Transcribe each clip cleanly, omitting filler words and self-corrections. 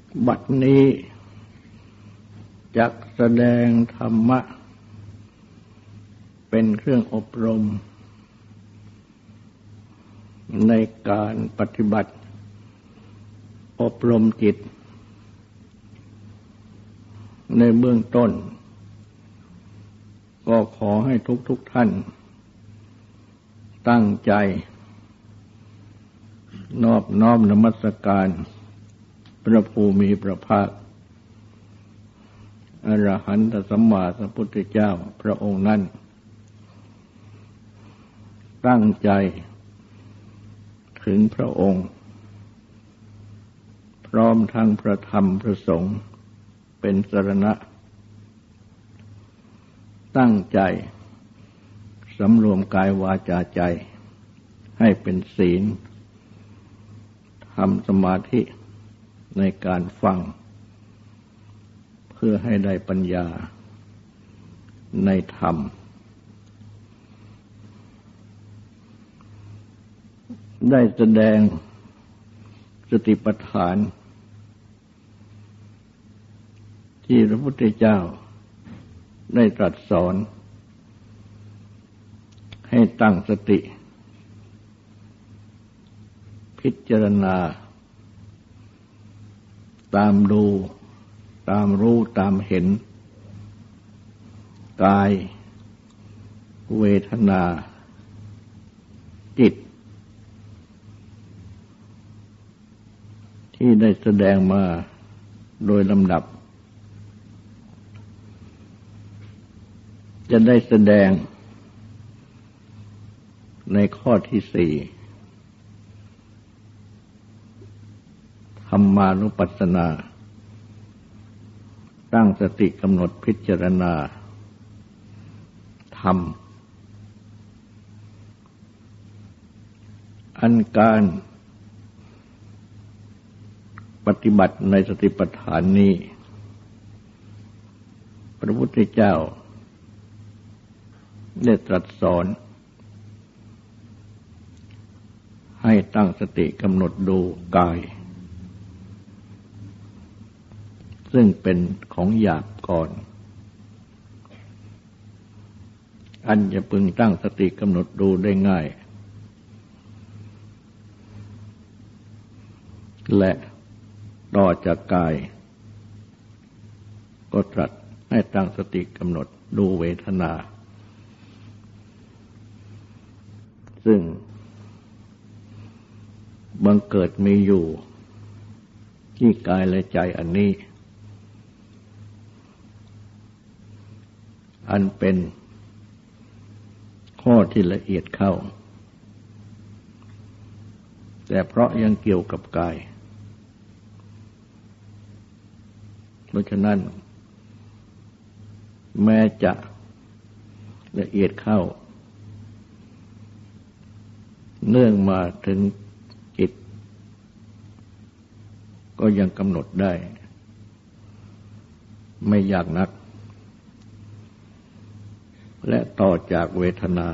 บัดนี้จักแสดงธรรมะเป็นเครื่องอบรมในการปฏิบัติอบรมจิตในเบื้องต้นก็ขอให้ทุกท่านตั้งใจนอบน้อมนมัสการพระภูมิพระภาคอรหันตสัมมาสัมพุทธเจ้าพระองค์นั้นตั้งใจถึงพระองค์พร้อมทั้งพระธรรมพระสงฆ์เป็นสรณะตั้งใจสำรวมกายวาจาใจให้เป็นศีลทำสมาธิในการฟังเพื่อให้ได้ปัญญาในธรรมได้แสดงสติปัฏฐานที่พระพุทธเจ้าได้ตรัสสอนให้ตั้งสติพิจารณาตามดูตามรู้ตามเห็นกายเวทนาจิตที่ได้แสดงมาโดยลำดับจะได้แสดงในข้อที่สี่ธรรมานุปัสสนาตั้งสติกำหนดพิจารณาธรรมอันการปฏิบัติในสติปัฏฐานนี้พระพุทธเจ้าได้ตรัสสอนให้ตั้งสติกำหนดดูกายซึ่งเป็นของหยาบก่อนอันจะพึงตั้งสติกำหนดดูได้ง่ายและต่อจากกายก็ตรัสให้ตั้งสติกำหนดดูเวทนาซึ่งบังเกิดมีอยู่ที่กายและใจอันนี้อันเป็นข้อที่ละเอียดเข้าแต่เพราะยังเกี่ยวกับกายเพราะฉะนั้นแม้จะละเอียดเข้าเนื่องมาถึงจิตก็ยังกำหนดได้ไม่ยากนักและต่อจากเวทนา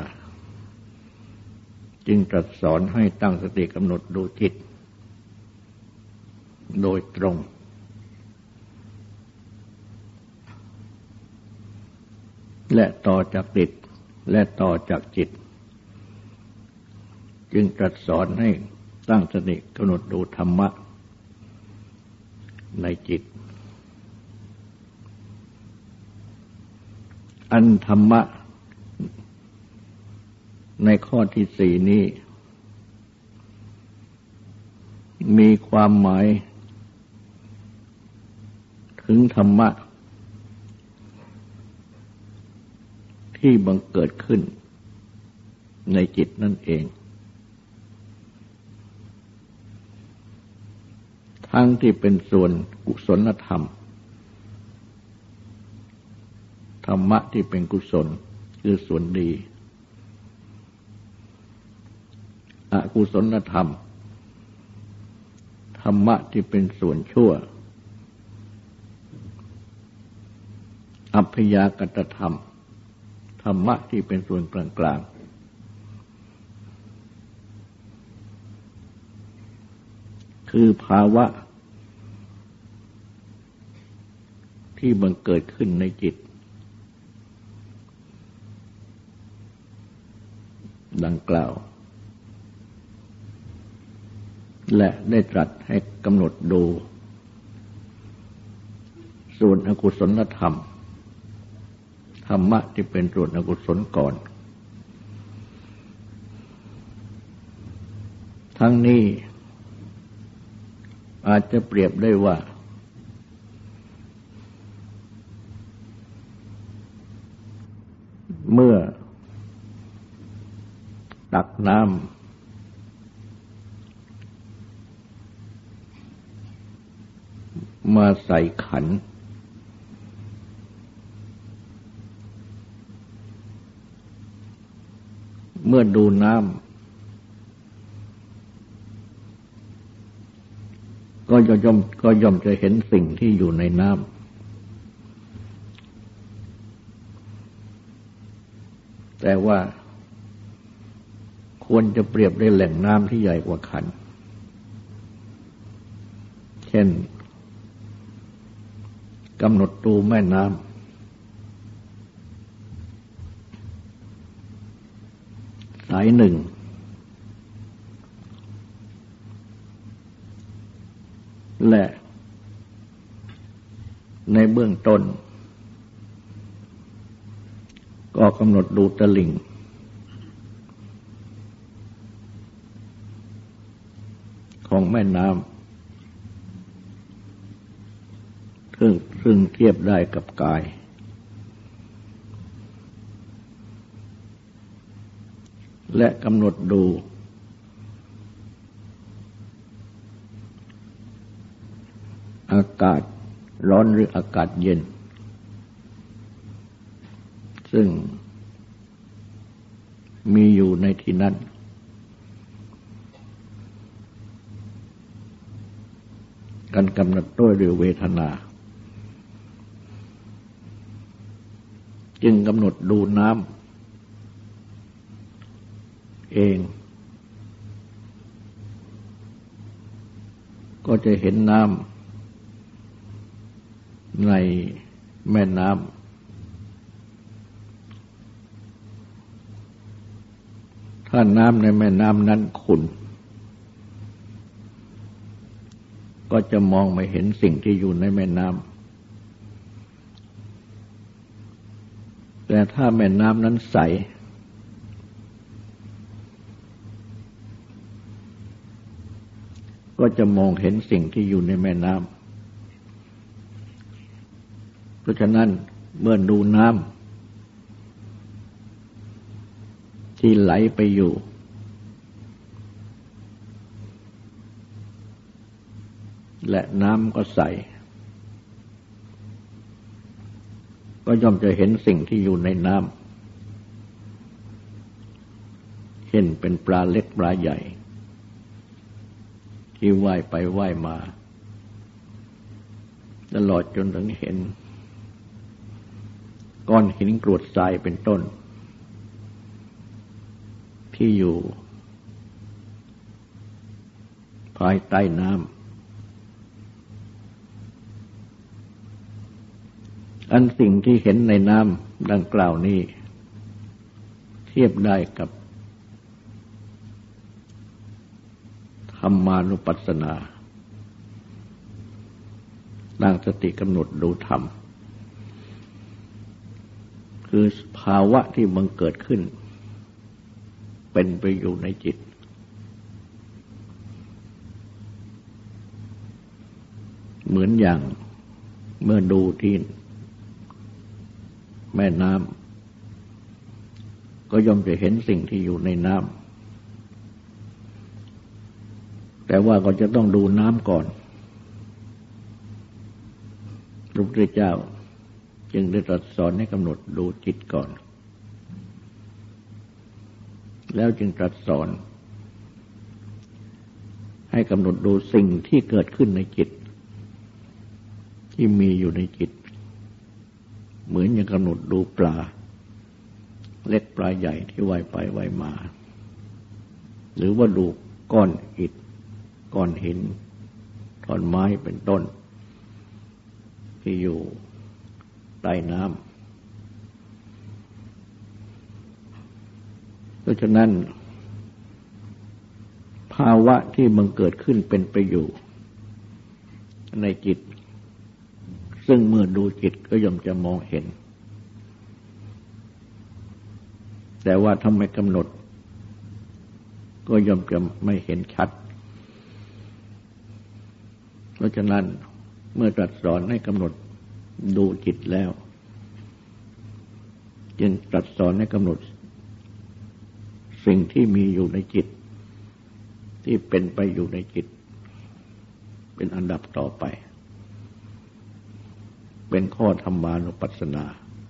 จึงตรัสสอนให้ตั้งสติกำหนดดูจิตโดยตรงและต่อจากจิตและต่อจากจิตจึงตรัสสอนให้ตั้งสติกำหนดดูธรรมะในจิตอันธรรมะในข้อที่สี่นี้มีความหมายถึงธรรมะที่บังเกิดขึ้นในจิตนั่นเองทั้งที่เป็นส่วนกุศลธรรมธรรมะที่เป็นกุศลคือส่วนดีอกุศลธรรมธรรมะที่เป็นส่วนชั่วอัพยากตธรรมธรรมะที่เป็นส่วนกลางๆคือภาวะที่บังเกิดขึ้นในจิตดังกล่าวและได้ตรัสให้กำหนดดูส่วนอกุศลธรรมธรรมะที่เป็นส่วนอกุศลก่อนทั้งนี้อาจจะเปรียบได้ว่าเมื่อตักน้ำมาใส่ขันเมื่อดูน้ำก็ย่อมจะเห็นสิ่งที่อยู่ในน้ำแต่ว่าควรจะเปรียบได้แหล่งน้ำที่ใหญ่กว่าขันเช่นกำหนดดูแม่น้ำสายหนึ่งและในเบื้องต้นก็กำหนดดูตลิ่งของแม่น้ำซึ่งเทียบได้กับกายและกำหนดดูอากาศร้อนหรืออากาศเย็นซึ่งมีอยู่ในที่นั้นการกำหนดด้วยหรือเวทนาจึงกำหนดดูน้ำเองก็จะเห็นน้ำในแม่น้ำถ้าน้ำในแม่น้ำนั้นขุ่นก็จะมองไม่เห็นสิ่งที่อยู่ในแม่น้ำแต่ถ้าแม่น้ำนั้นใสก็จะมองเห็นสิ่งที่อยู่ในแม่น้ำเพราะฉะนั้นเมื่อดูน้ำที่ไหลไปอยู่และน้ำก็ใสก็ย่อมจะเห็นสิ่งที่อยู่ในน้ำเช่นเป็นปลาเล็กปลาใหญ่ที่ว่ายไปว่ายมาตลอดจนถึงเห็นก้อนหินกรวดทรายเป็นต้นที่อยู่ภายใต้น้ำอันสิ่งที่เห็นในน้ำดังกล่าวนี้เทียบได้กับธรรมานุปัสสนาตั้งสติกำหนดดูธรรมคือภาวะที่บังเกิดขึ้นเป็นไปอยู่ในจิตเหมือนอย่างเมื่อดูที่แม่น้ำก็ย่อมจะเห็นสิ่งที่อยู่ในน้ำแต่ว่าก็จะต้องดูน้ำก่อนพระพุทธเจ้าจึงได้ตรัสสอนให้กำหนดดูจิตก่อนแล้วจึงตรัสสอนให้กำหนดดูสิ่งที่เกิดขึ้นในจิตที่มีอยู่ในจิตเหมือนอย่างกำหนดดูปลาเล็กปลาใหญ่ที่ว่ายไปว่ายมาหรือว่าดูก้อนอิฐก้อนหินท่อนไม้เป็นต้นที่อยู่ใต้น้ำเพราะฉะนั้นภาวะที่มันเกิดขึ้นเป็นไปอยู่ในจิตซึ่งเมื่อดูจิตก็ย่อมจะมองเห็นแต่ว่าถ้าไม่กำหนดก็ย่อมจะไม่เห็นชัดเพราะฉะนั้นเมื่อตรัสสอนให้กำหนดดูจิตแล้วจึงตรัสสอนให้กำหนดสิ่งที่มีอยู่ในจิตที่เป็นไปอยู่ในจิตเป็นอันดับต่อไปเป็นข้อธรรมานุปัสสนา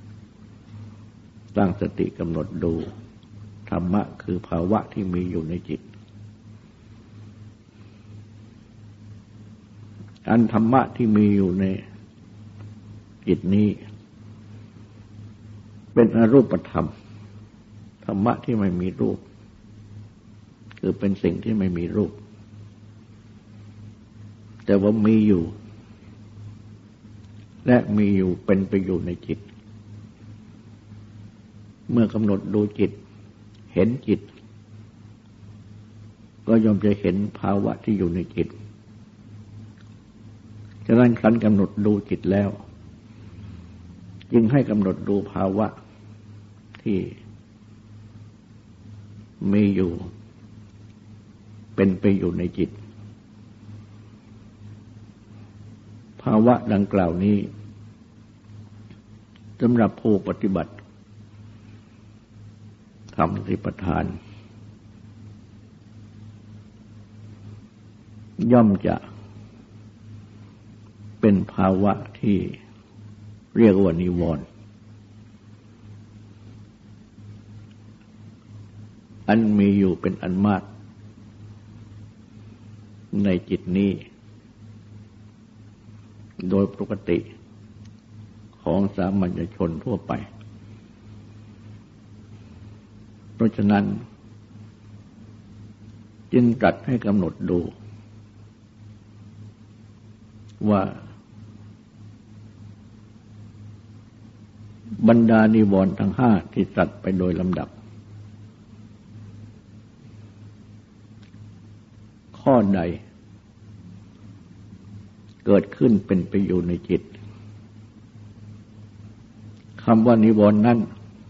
ตั้งสติกำหนดดูธรรมะคือภาวะที่มีอยู่ในจิตอันธรรมะที่มีอยู่ในจิตนี้เป็นอรูปธรรมธรรมะที่ไม่มีรูปคือเป็นสิ่งที่ไม่มีรูปแต่ว่ามีอยู่และมีอยู่เป็นไปอยู่ในจิตเมื่อกำหนดดูจิตเห็นจิตก็ย่อมจะเห็นภาวะที่อยู่ในจิตฉะนั้นครั้นกำหนดดูจิตแล้วจึงให้กำหนดดูภาวะที่มีอยู่เป็นไปอยู่ในจิตภาวะดังกล่าวนี้สำหรับผู้ปฏิบัติธรรมสติปัฏฐานย่อมจะเป็นภาวะที่เรียกว่านิวรณ์อันมีอยู่เป็นอันมากในจิตนี้โดยปกติของสามัญชนทั่วไปเพราะฉะนั้นจึงตรัสให้กำหนดดูว่าบรรดานิวรณ์ทั้งห้าที่ตรัสไปโดยลำดับข้อใดเกิดขึ้นเป็นไปอยู่ในจิตคำว่านิวรณ์นั้น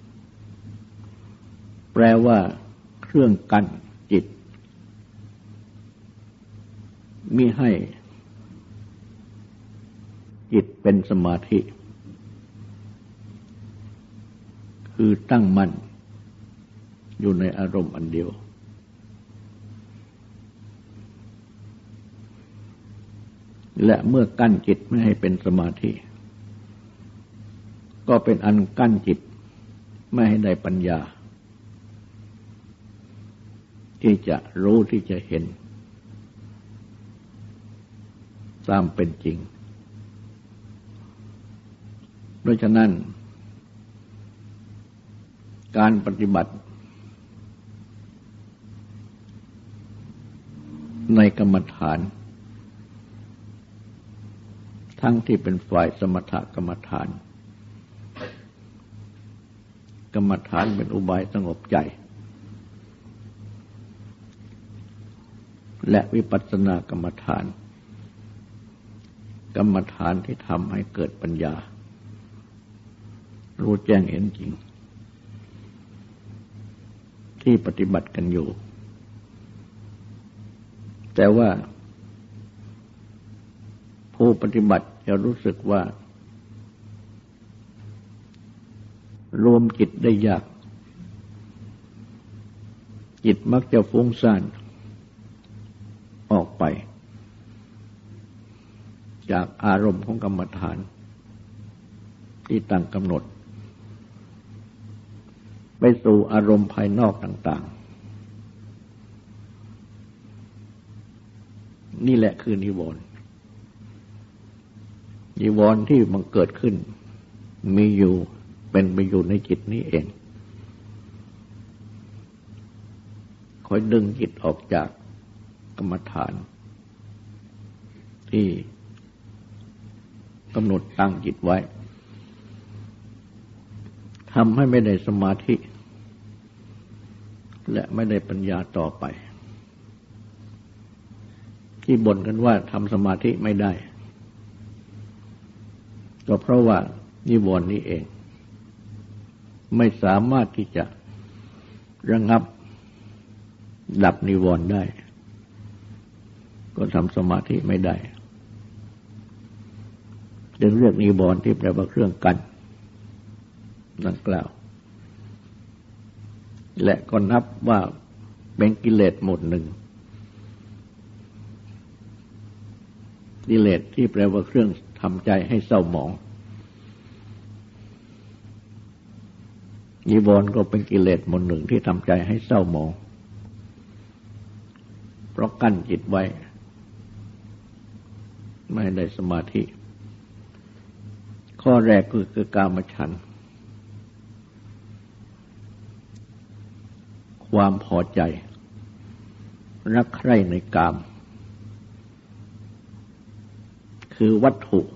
แปลว่าเครื่องกั้นจิตมิให้จิตเป็นสมาธิคือตั้งมั่นอยู่ในอารมณ์อันเดียวและเมื่อกั้นจิตไม่ให้เป็นสมาธิก็เป็นอันกั้นจิตไม่ให้ได้ปัญญาที่จะรู้ที่จะเห็นตามเป็นจริงเพราะฉะนั้นการปฏิบัติในกรรมฐานทั้งที่เป็นฝ่ายสมถกรรมฐานกรรมฐานเป็นอุบายสงบใจและวิปัสสนากรรมฐานกรรมฐานที่ทำให้เกิดปัญญารู้แจ้งเห็นจริงที่ปฏิบัติกันอยู่แต่ว่าผู้ปฏิบัติจะรู้สึกว่ารวมจิตได้ยากจิตมักจะฟุ้งซ่านออกไปจากอารมณ์ของกรรมฐานที่ตั้งกำหนดไปสู่อารมณ์ภายนอกต่างๆนี่แหละคือนิวรณ์นิวรณ์ที่มันเกิดขึ้นมีอยู่เป็นไปอยู่ในจิตนี้เองคอยดึงจิตออกจากกรรมฐานที่กำหนดตั้งจิตไว้ทำให้ไม่ได้สมาธิและไม่ได้ปัญญาต่อไปที่บ่นกันว่าทำสมาธิไม่ได้ก็เพราะว่านิวรณ์นี้เองไม่สามารถที่จะระงับดับนิวรณ์ได้ก็ทำสมาธิไม่ได้จึงเรียกนิวรณ์ที่แปลว่าเครื่องกั้นดังกล่าวและก็นับว่าเป็นกิเลสหมวดหนึ่งกิเลสที่แปลว่าเครื่องทำใจให้เศร้าหมองนิวรณ์ก็เป็นกิเลสหมวดหนึ่งที่ทำใจให้เศร้าหมองเพราะกั้นจิตไว้ไม่ได้สมาธิข้อแรกคือกามฉันท์ความพอใจรักใคร่ในกามคือวัตถุ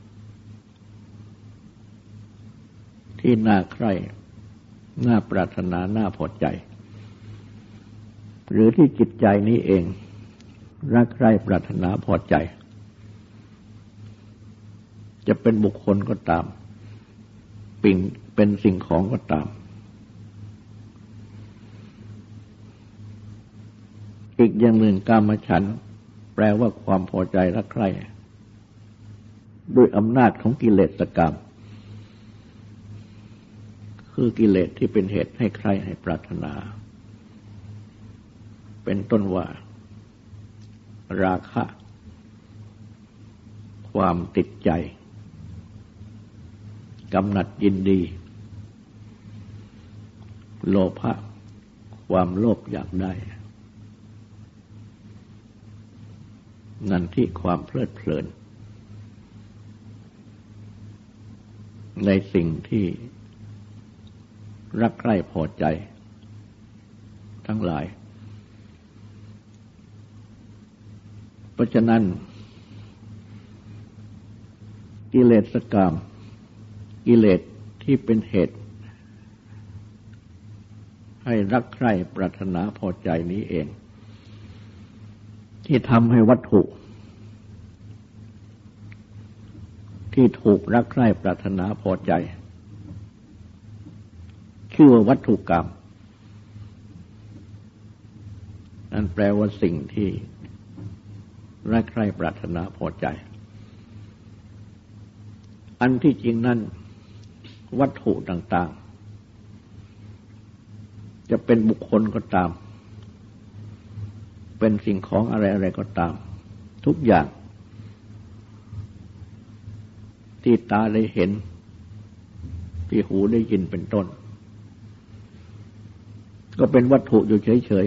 ที่น่าใคร่น่าปรารถนาน่าพอใจหรือที่จิตใจนี้เองรักใคร่ปรารถนาพอใจจะเป็นบุคคลก็ตามเป็นสิ่งของก็ตามอีกอย่างหนึ่งกามฉันท์แปลว่าความพอใจรักใคร่ด้วยอำนาจของกิเลสกามคือกิเลสที่เป็นเหตุให้ใคร่ให้ปรารถนาเป็นต้นว่าราคะความติดใจกำหนัดยินดีโลภะความโลภอยากได้นันทิความเพลิดเพลินในสิ่งที่รักใคร่พอใจทั้งหลายเพราะฉะนั้นกิเลสกามกิเลสที่เป็นเหตุให้รักใคร่ปรารถนาพอใจนี้เองที่ทำให้วัตถุที่ถูกรักใคร่ปรารถนาพอใจชื่อว่าวัตถุกรรมนั่นแปลว่าสิ่งที่รักใคร่ปรารถนาพอใจอันที่จริงนั้นวัตถุต่างๆจะเป็นบุคคลก็ตามเป็นสิ่งของอะไรๆก็ตามทุกอย่างที่ตาได้เห็นที่หูได้ยินเป็นต้นก็เป็นวัตถุอยู่เฉย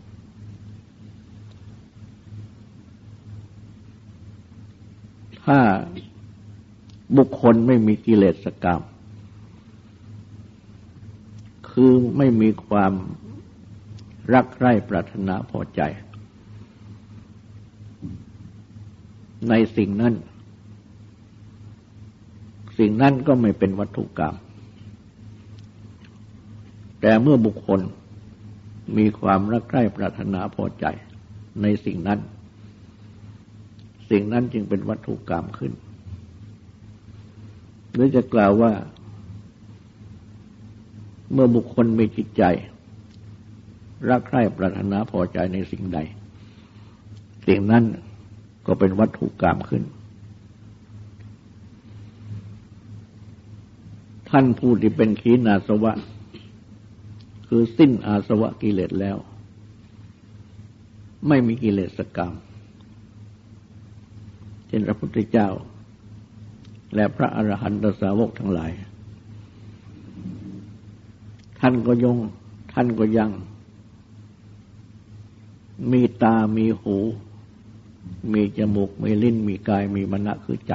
ๆถ้าบุคคลไม่มีกิเลสกามคือไม่มีความรักใคร่ปรารถนาพอใจในสิ่งนั้นก็ไม่เป็นวัตถุกรรมแต่เมื่อบุคคลมีความรักใคร่ปรารถนาพอใจในสิ่งนั้นจึงเป็นวัตถุกรรมขึ้นหรือจะกล่าวว่าเมื่อบุคคลมีจิตใจรักใคร่ปรารถนาพอใจในสิ่งใดสิ่งนั้นก็เป็นวัตถุกรรมขึ้นท่านผู้ที่เป็นขีณาสวะคือสิ้นอาสวะกิเลสแล้วไม่มีกิเลสกรรมเช่นพระพุทธเจ้าและพระอรหันตสาวกทั้งหลายท่านก็ยังมีตามีหูมีจมูกมีลิ้นมีกายมีมณะคือใจ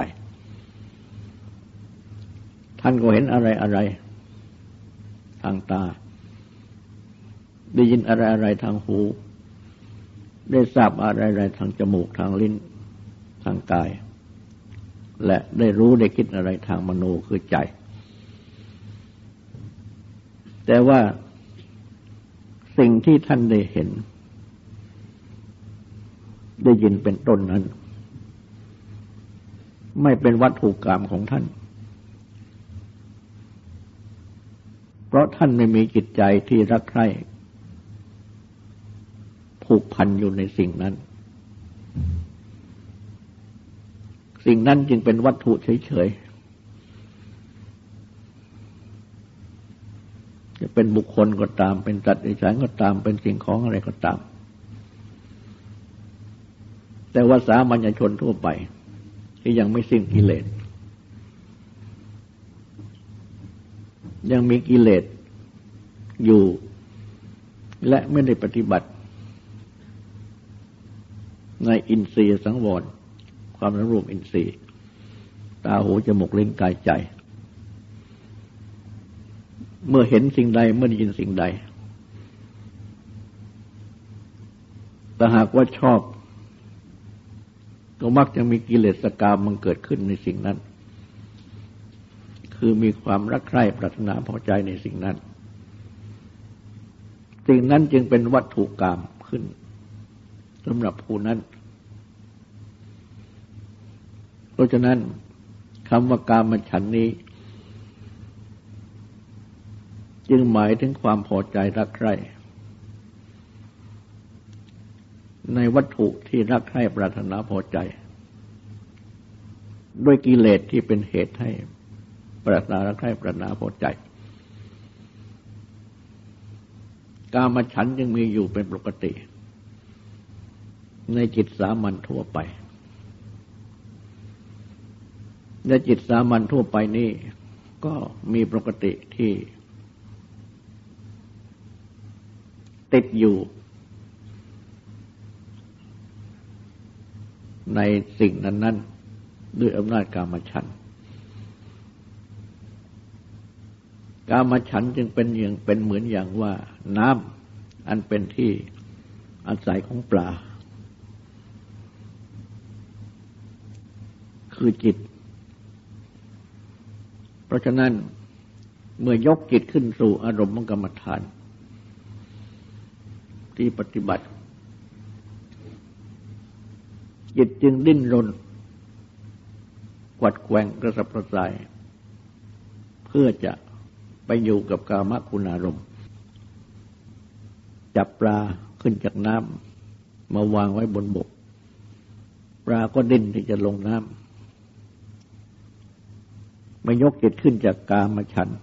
ท่านก็เห็นอะไรทางตาได้ยินอะไรทางหูได้ทราบอะไรทางจมูกทางลิ้นทางกายและได้รู้ได้คิดอะไรทางมโนคือใจแต่ว่าสิ่งที่ท่านได้เห็นได้ยินเป็นต้นนั้นไม่เป็นวัตถุกรรมของท่านเพราะท่านไม่มีจิตใจที่รักใคร่ผูกพันอยู่ในสิ่งนั้นสิ่งนั้นจึงเป็นวัตถุเฉยๆจะเป็นบุคคลก็ตามเป็นสัตว์เดรัจฉานก็ตามเป็นสิ่งของอะไรก็ตามแต่ว่าสามัญชนทั่วไปที่ยังไม่สิ้นกิเลสยังมีกิเลสอยู่และไม่ได้ปฏิบัติในอินทรีย์สังวรความสำรวมอินทรีย์ตาหูจมูกลิ้นกายใจเมื่อเห็นสิ่งใดเมื่อได้ยินสิ่งใดแต่หากว่าชอบก็มักจะมีกิเลสกามมันเกิดขึ้นในสิ่งนั้นคือมีความรักใคร่ปรารถนาพอใจในสิ่งนั้นสิ่งนั้นจึงเป็นวัตถุกามขึ้นสำหรับผู้นั้นเพราะฉะนั้นคำว่ากามฉันท์นี้จึงหมายถึงความพอใจรักใคร่ในวัตถุที่รักใคร่ปรารถนาพอใจด้วยกิเลสที่เป็นเหตุให้ปรารถนารักใคร่ปรารถนาพอใจกามฉันท์จึงมีอยู่เป็นปกติในจิตสามัญทั่วไปในจิตสามัญทั่วไปนี้ก็มีปกติที่ติดอยู่ในสิ่งนั้นๆด้วยอำนาจกามฉันท์กามฉันท์จึงเป็นเหมือนอย่างว่าน้ำอันเป็นที่อาศัยของปลาคือจิตเพราะฉะนั้นเมื่อยกจิตขึ้นสู่อารมณ์กรรมฐานที่ปฏิบัติจิตจึงดิ้นรนกวัดแกว่งกระสับกระส่ายเพื่อจะไปอยู่กับกามคุณารมณ์จับปลาขึ้นจากน้ำมาวางไว้บนบกปลาก็ดิ้นที่จะลงน้ำไม่ยกจิตขึ้นจากกามฉันท์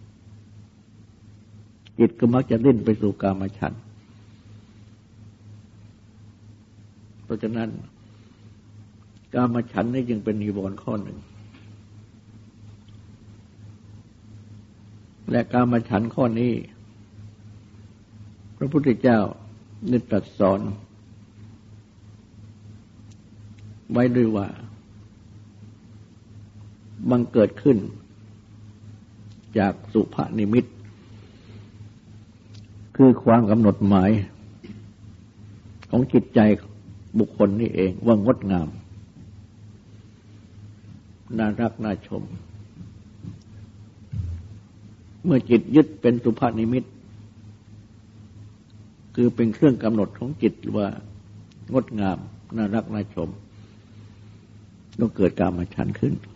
จิตก็มักจะดิ้นไปสู่กามฉันท์เพราะฉะนั้นกามฉันท์นี่จึงเป็นนิวรณ์ข้อหนึ่งและกามฉันท์ข้อนี้พระพุทธเจ้าได้ตรัสสอนไว้ด้วยว่าบังเกิดขึ้นจากสุภนิมิตคือความกำหนดหมายของจิตใจบุคคลนี่เองว่างดงามน่ารักน่าชมเมื่อจิตยึดเป็นสุภนิมิตคือเป็นเครื่องกำหนดของจิตว่างดงามน่ารักน่าชมต้องเกิดกามฉันท์ขึ้น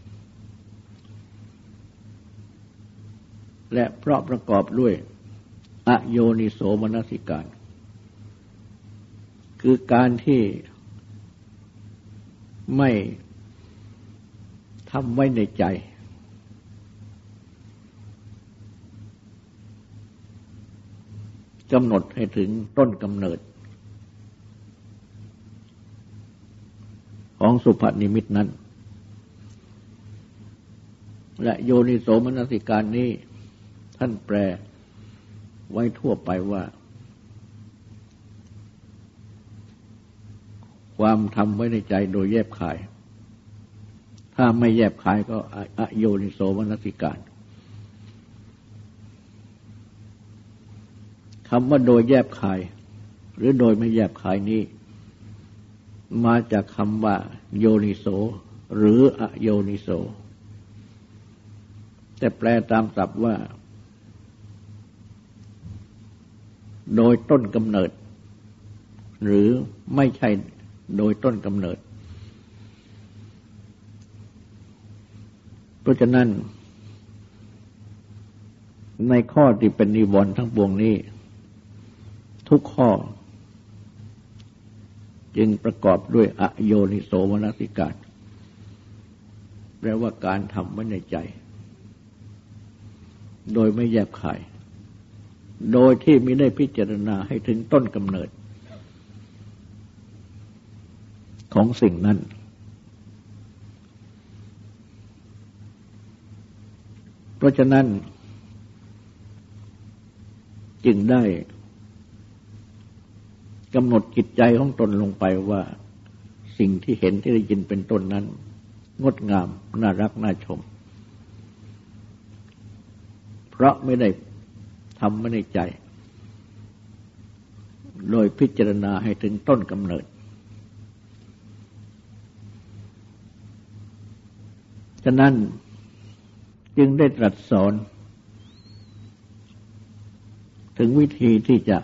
และเพราะประกอบด้วยอโยนิโสมนสิการคือการที่ไม่ทำไว้ในใจกำหนดให้ถึงต้นกำเนิดของสุภนิมิตนั้นและโยนิโสมนสิการนี้ท่านแปลไว้ทั่วไปว่าความทำไว้ในใจโดยแยบคายถ้าไม่แยบคายก็อโยนิโสมนสิการคำว่าโดยแยบคายหรือโดยไม่แยบคายนี้มาจากคำว่าโยนิโสหรืออโยนิโสแต่แปลตามศัพท์ว่าโดยต้นกำเนิดหรือไม่ใช่โดยต้นกำเนิดเพราะฉะนั้นในข้อที่เป็นนิวรณ์ทั้งปวงนี้ทุกข้อจึงประกอบด้วยอโยนิโสมนสิการแปลว่าการทำไว้ในใจโดยไม่แยบคายโดยที่ไม่ได้พิจารณาให้ถึงต้นกำเนิดของสิ่งนั้นเพราะฉะนั้นจึงได้กำหนดจิตใจของตนลงไปว่าสิ่งที่เห็นที่ได้ยินเป็นต้นนั้นงดงามน่ารักน่าชมเพราะไม่ได้ทำไว้ในใจโดยพิจารณาให้ถึงต้นกำเนิดฉะนั้นจึงได้ตรัสสอนถึงวิธีที่จะ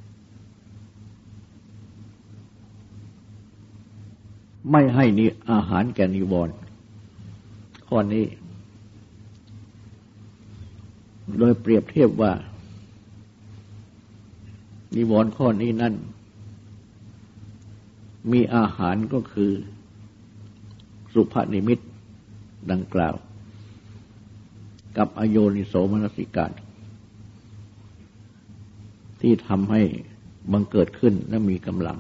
ไม่ให้อาหารแก่นิวรณ์ข้อนี้โดยเปรียบเทียบว่านิวรณ์ข้อนี้นั่นมีอาหารก็คือสุภนิมิตดังกล่าวกับอโยนิโสมนสิการที่ทำให้บังเกิดขึ้นและมีกำลัง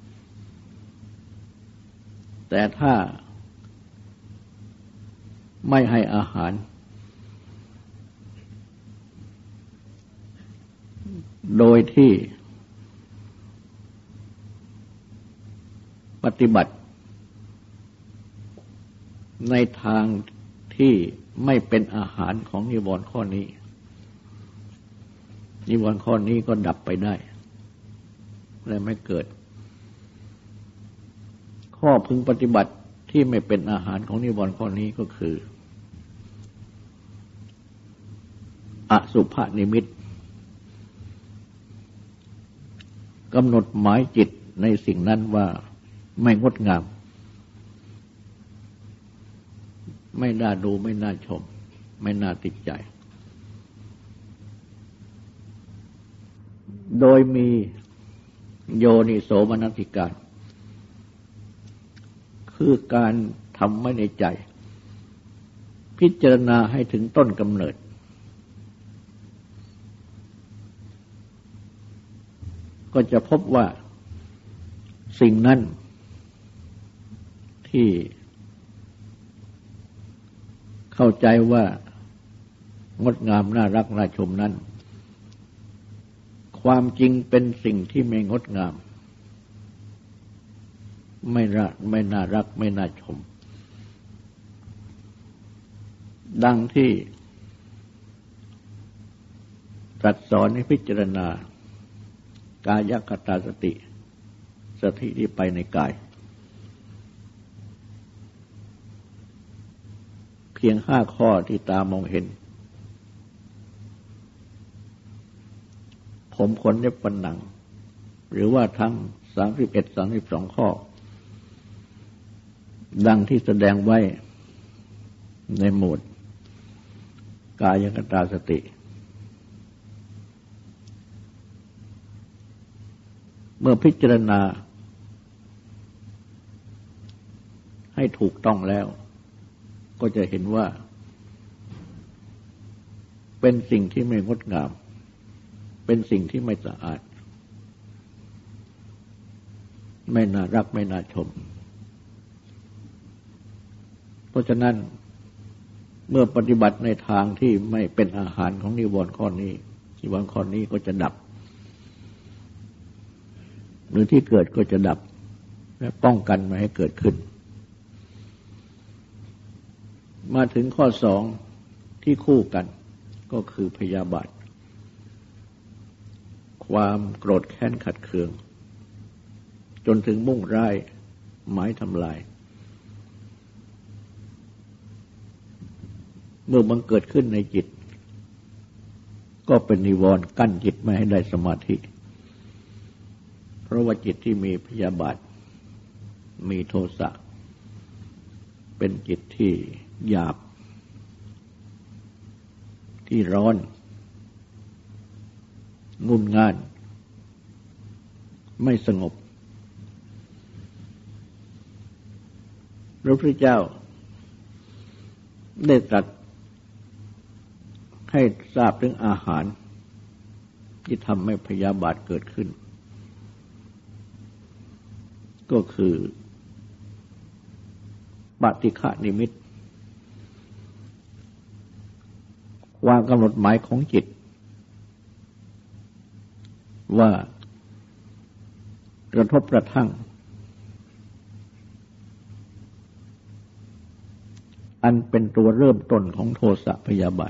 แต่ถ้าไม่ให้อาหารโดยที่ปฏิบัติในทางที่ไม่เป็นอาหารของนิวรณ์ข้อนี้นิวรณ์ข้อนี้ก็ดับไปได้และไม่เกิดข้อพึงปฏิบัติที่ไม่เป็นอาหารของนิวรณ์ข้อนี้ก็คืออสุภนิมิตกำหนดหมายจิตในสิ่งนั้นว่าไม่งดงามไม่น่าดูไม่น่าชมไม่น่าติดใจโดยมีโยนิโสมนสิการคือการทำไว้ในใจพิจารณาให้ถึงต้นกำเนิดก็จะพบว่าสิ่งนั้นที่เข้าใจว่างดงามน่ารักน่าชมนั้นความจริงเป็นสิ่งที่ไม่งดงามไม่น่ารักไม่น่าชมดังที่ตรัสสอนให้พิจารณากายคตาสติสติที่ไปในกายเพียง5 ข้อที่ตามองเห็นผมขนเล็บฟันหนังหรือว่าทั้ง31-32 ข้อดังที่แสดงไว้ในหมวดกายคตาสติเมื่อพิจารณาให้ถูกต้องแล้วก็จะเห็นว่าเป็นสิ่งที่ไม่งดงามเป็นสิ่งที่ไม่สะอาดไม่น่ารักไม่น่าชมเพราะฉะนั้นเมื่อปฏิบัติในทางที่ไม่เป็นอาหารของนิวรณ์ข้อนี้นิวรณ์ข้อนี้ก็จะดับหรือที่เกิดก็จะดับและป้องกันไม่ให้เกิดขึ้นมาถึงข้อ2ที่คู่กันก็คือพยาบาทความโกรธแค้นขัดเคืองจนถึงมุ่งร้ายหมายทำลายเมื่อบังเกิดขึ้นในจิตก็เป็นนิวรณ์กั้นจิตไม่ให้ได้สมาธิเพราะว่าจิตที่มีพยาบาทมีโทสะเป็นจิตที่หยาบที่ร้อนงุ่นง่านไม่สงบพระพุทธเจ้าได้ตรัสให้ทราบถึงอาหารที่ทำให้พยาบาทเกิดขึ้นก็คือปฏิฆะนิมิตความกำหนดหมายของจิตว่ากระทบกระทั่งอันเป็นตัวเริ่มต้นของโทสะพยาบาท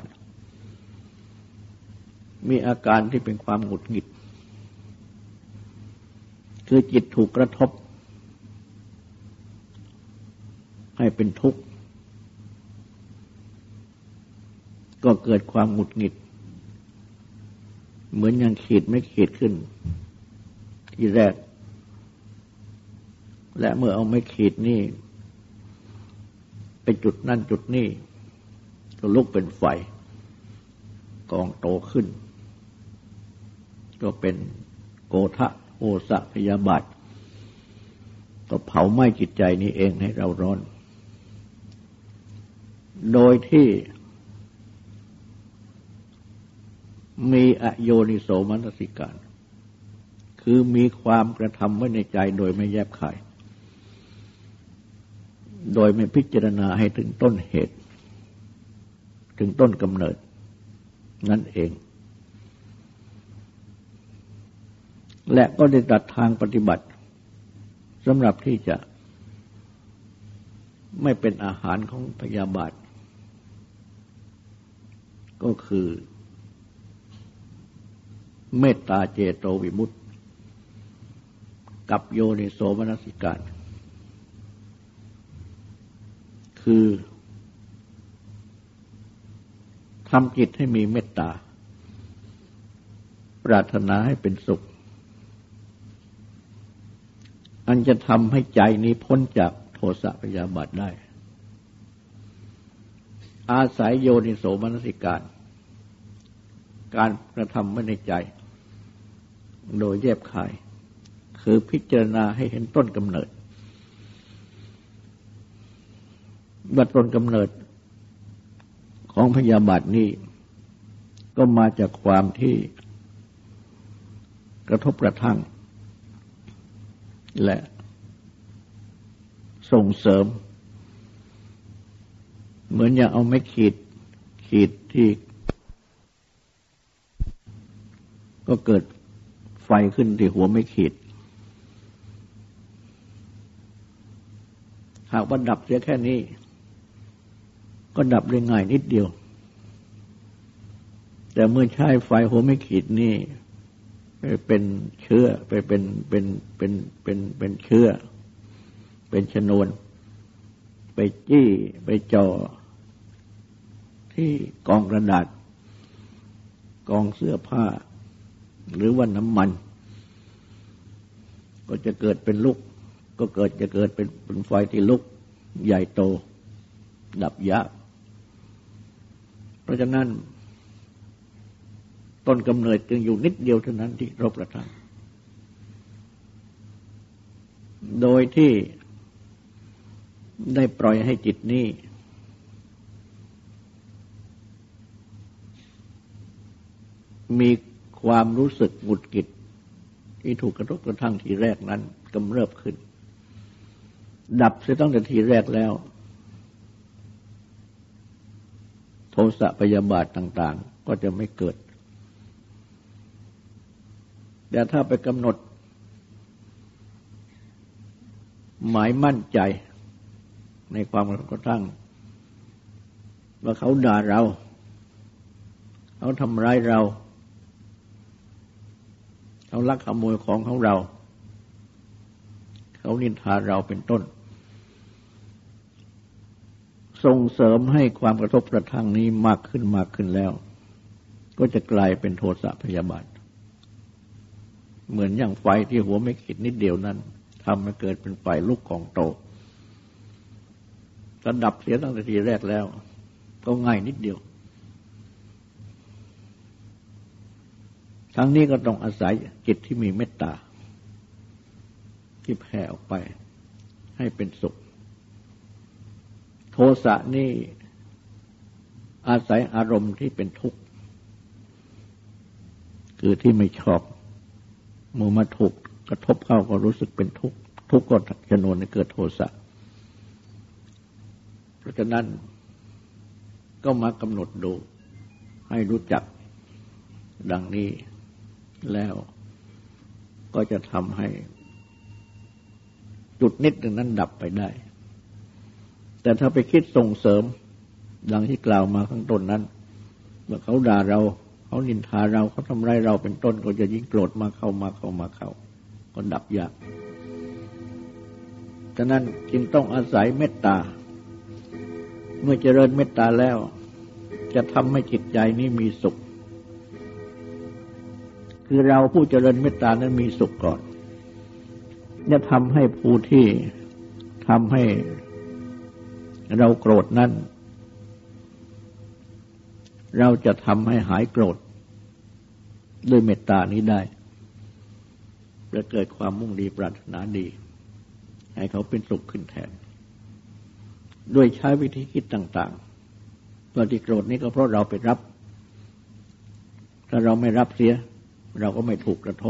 มีอาการที่เป็นความหงุดหงิดคือจิตถูกกระทบให้เป็นทุกข์ก็เกิดความหงุดหงิดเหมือนยังขีดไม่ขีดขึ้นที่แรกและเมื่อเอาไม่ขีดนี่ไปจุดนั่นจุดนี่ก็ลุกเป็นไฟกองโตขึ้นก็เป็นโกฏะโทสะพยาบาทก็เผาไหม้จิตใจนี้เองให้เราร้อนโดยที่มีอโยนิโสมนสิการคือมีความกระทำไว้ในใจโดยไม่แยบคายโดยไม่พิจารณาให้ถึงต้นเหตุถึงต้นกำเนิดนั่นเองและก็ได้ตัดทางปฏิบัติสำหรับที่จะไม่เป็นอาหารของพยาบาทก็คือเมตตาเจโตวิมุตติกับโยนิโสมนสิการคือทำจิตให้มีเมตตาปรารถนาให้เป็นสุขอันจะทำให้ใจนี้พ้นจากโทสะพยาบาทได้อาศัยโยนิโสมนสิการการกระทำไว้ในใจโดยแยบคายคือพิจารณาให้เห็นต้นกำเนิดว่าต้นกำเนิดของพยาบาทนี้ก็มาจากความที่กระทบกระทั่งและส่งเสริมเหมือนอย่างเอาไม้ขีดที่ก็เกิดไฟขึ้นที่หัวไม้ขีดหากว่าดับเสียแค่นี้ก็ดับได้ง่ายนิดเดียวแต่เมื่อใช้ไฟหัวไม้ขีดนี่ไปเป็นเชื้อไปเป็นเชื้อเป็นชนวนไปจี้ไปจ่อที่กองกระดาษกองเสื้อผ้าหรือว่าน้ำมันก็จะเกิดเป็นลุกก็จะเกิดเป็นไฟที่ลุกใหญ่โตดับยากเพราะฉะนั้นต้นกำเนิดจึงอยู่นิดเดียวเท่านั้นที่รบกระทั่งโดยที่ได้ปล่อยให้จิตนี้มีความรู้สึกหงุดหงิดที่ถูกกระทบกระทั่งทีแรกนั้นกำเริบขึ้นดับเสียตั้งแต่ทีแรกแล้วโทสะพยาบาทต่างๆก็จะไม่เกิดแต่ถ้าไปกำหนดหมายมั่นใจในความกระทั่งว่าเขาด่าเราเขาทำร้ายเราเขาลักขโมยของของเราเขานินทาเราเป็นต้นส่งเสริมให้ความกระทบกระทั่งนี้มากขึ้นแล้วก็จะกลายเป็นโทสะพยาบาทเหมือนอย่างไฟที่หัวไม่ขีดนิดเดียวนั้นทำให้เกิดเป็นไฟลุกของโตถ้าดับเสียตั้งแต่ทีแรกแล้วก็ง่ายนิดเดียวทั้งนี้ก็ต้องอาศัยจิตที่มีเมตตาที่แผ่ออกไปให้เป็นสุขโทสะนี่อาศัยอารมณ์ที่เป็นทุกข์คือที่ไม่ชอบเมื่อมาถูกกระทบเข้าก็รู้สึกเป็นทุกข์ทุกข์ก็ชนวนให้เกิดโทสะเพราะฉะนั้นก็มากำหนดดูให้รู้จักดังนี้แล้วก็จะทำให้จุดนิดหนึ่งนั้นดับไปได้แต่ถ้าไปคิดส่งเสริมดังที่กล่าวมาข้างต้นนั้นเมื่อเขาด่าเราเขานินทาเราเขาทำร้ายเราเป็นต้นก็จะยิ่งโกรธมาเข้าก็ดับยากฉะนั้นจึงต้องอาศัยเมตตาเมื่อเจริญเมตตาแล้วจะทำให้จิตใจนี้มีสุขคือเราผู้เจริญเมตตานั้นมีสุขก่อนจะทำให้ผู้ที่ทำให้เราโกรธนั้นเราจะทำให้หายโกรธด้วยเมตตานี้ได้จะเกิดความมุ่งดีปรารถนาดีให้เขาเป็นสุขขึ้นแทนด้วยใช้วิธีคิดต่างๆตัวที่โกรธนี้ก็เพราะเราไปรับถ้าเราไม่รับเสียเราก็ไม่ถูกกระทบ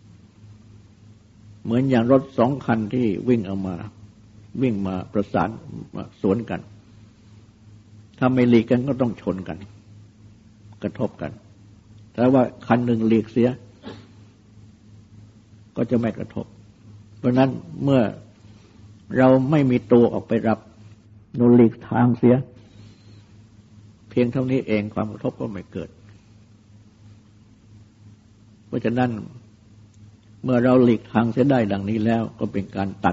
เหมือนอย่างรถสองคันที่วิ่งมาประสานมาสวนกันถ้าไม่หลีกกันก็ต้องชนกันกระทบกันแต่ว่าคันหนึ่งหลีกเสียก็จะไม่กระทบเพราะนั้นเมื่อเราไม่มีตัวออกไปรับโดนหลีกทางเสียเพียงเท่านี้เองความกระทบก็ไม่เกิดเพราะฉะนั้นเมื่อเราหลีกทางเสียได้ดังนี้แล้วก็เป็นการตัด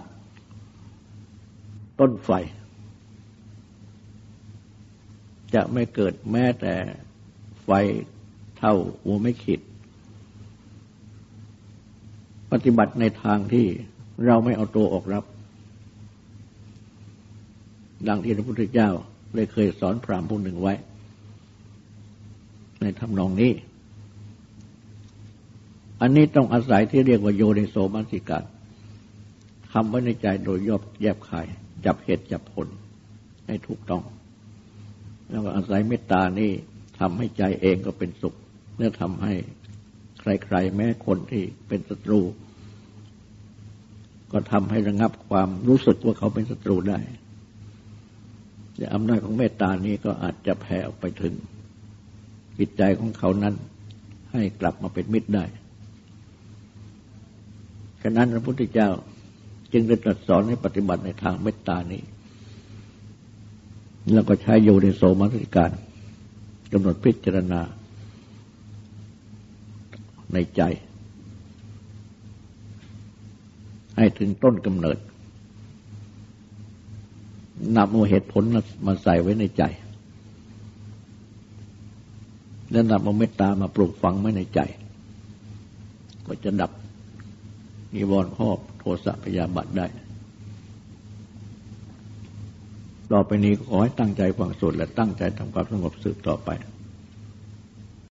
ต้นไฟจะไม่เกิดแม้แต่ไฟเท่าหัวไม่ขีดปฏิบัติในทางที่เราไม่เอาตัวออกรับดังที่พระพุทธเจ้าได้เคยสอนพราหมณ์ผู้หนึ่งไว้ในทำนองนี้อันนี้ต้องอาศัยที่เรียกว่าโยนิโสมนสิการทำไว้ในใจโดยแยบคายจับเหตุจับผลให้ถูกต้องแล้วก็อาศัยเมตตานี้ทำให้ใจเองก็เป็นสุขเมื่อทำให้ใครๆแม้คนที่เป็นศัตรูก็ทำให้ระงับความรู้สึกว่าเขาเป็นศัตรูได้และอำนาจของเมตตานี้ก็อาจจะแผ่ออกไปถึงจิตใจของเขานั้นให้กลับมาเป็นมิตรได้ฉะนั้นพระพุทธเจ้าจึงได้ตรัสสอนให้ปฏิบัติในทางเมตตานี้แล้วก็ใช้โยนิโสมนสิการกำหนดพิจารณาในใจให้ถึงต้นกำเนิดนำเอาเหตุผลมาใส่ไว้ในใจแล้วนำเอาเมตตามาปลูกฝังไว้ในใจก็จะดับนิวรณ์ครอบโทสะพยาบาทได้ต่อไปนี้ขอให้ตั้งใจฟังสวดและตั้งใจทำความสงบสืบต่อไป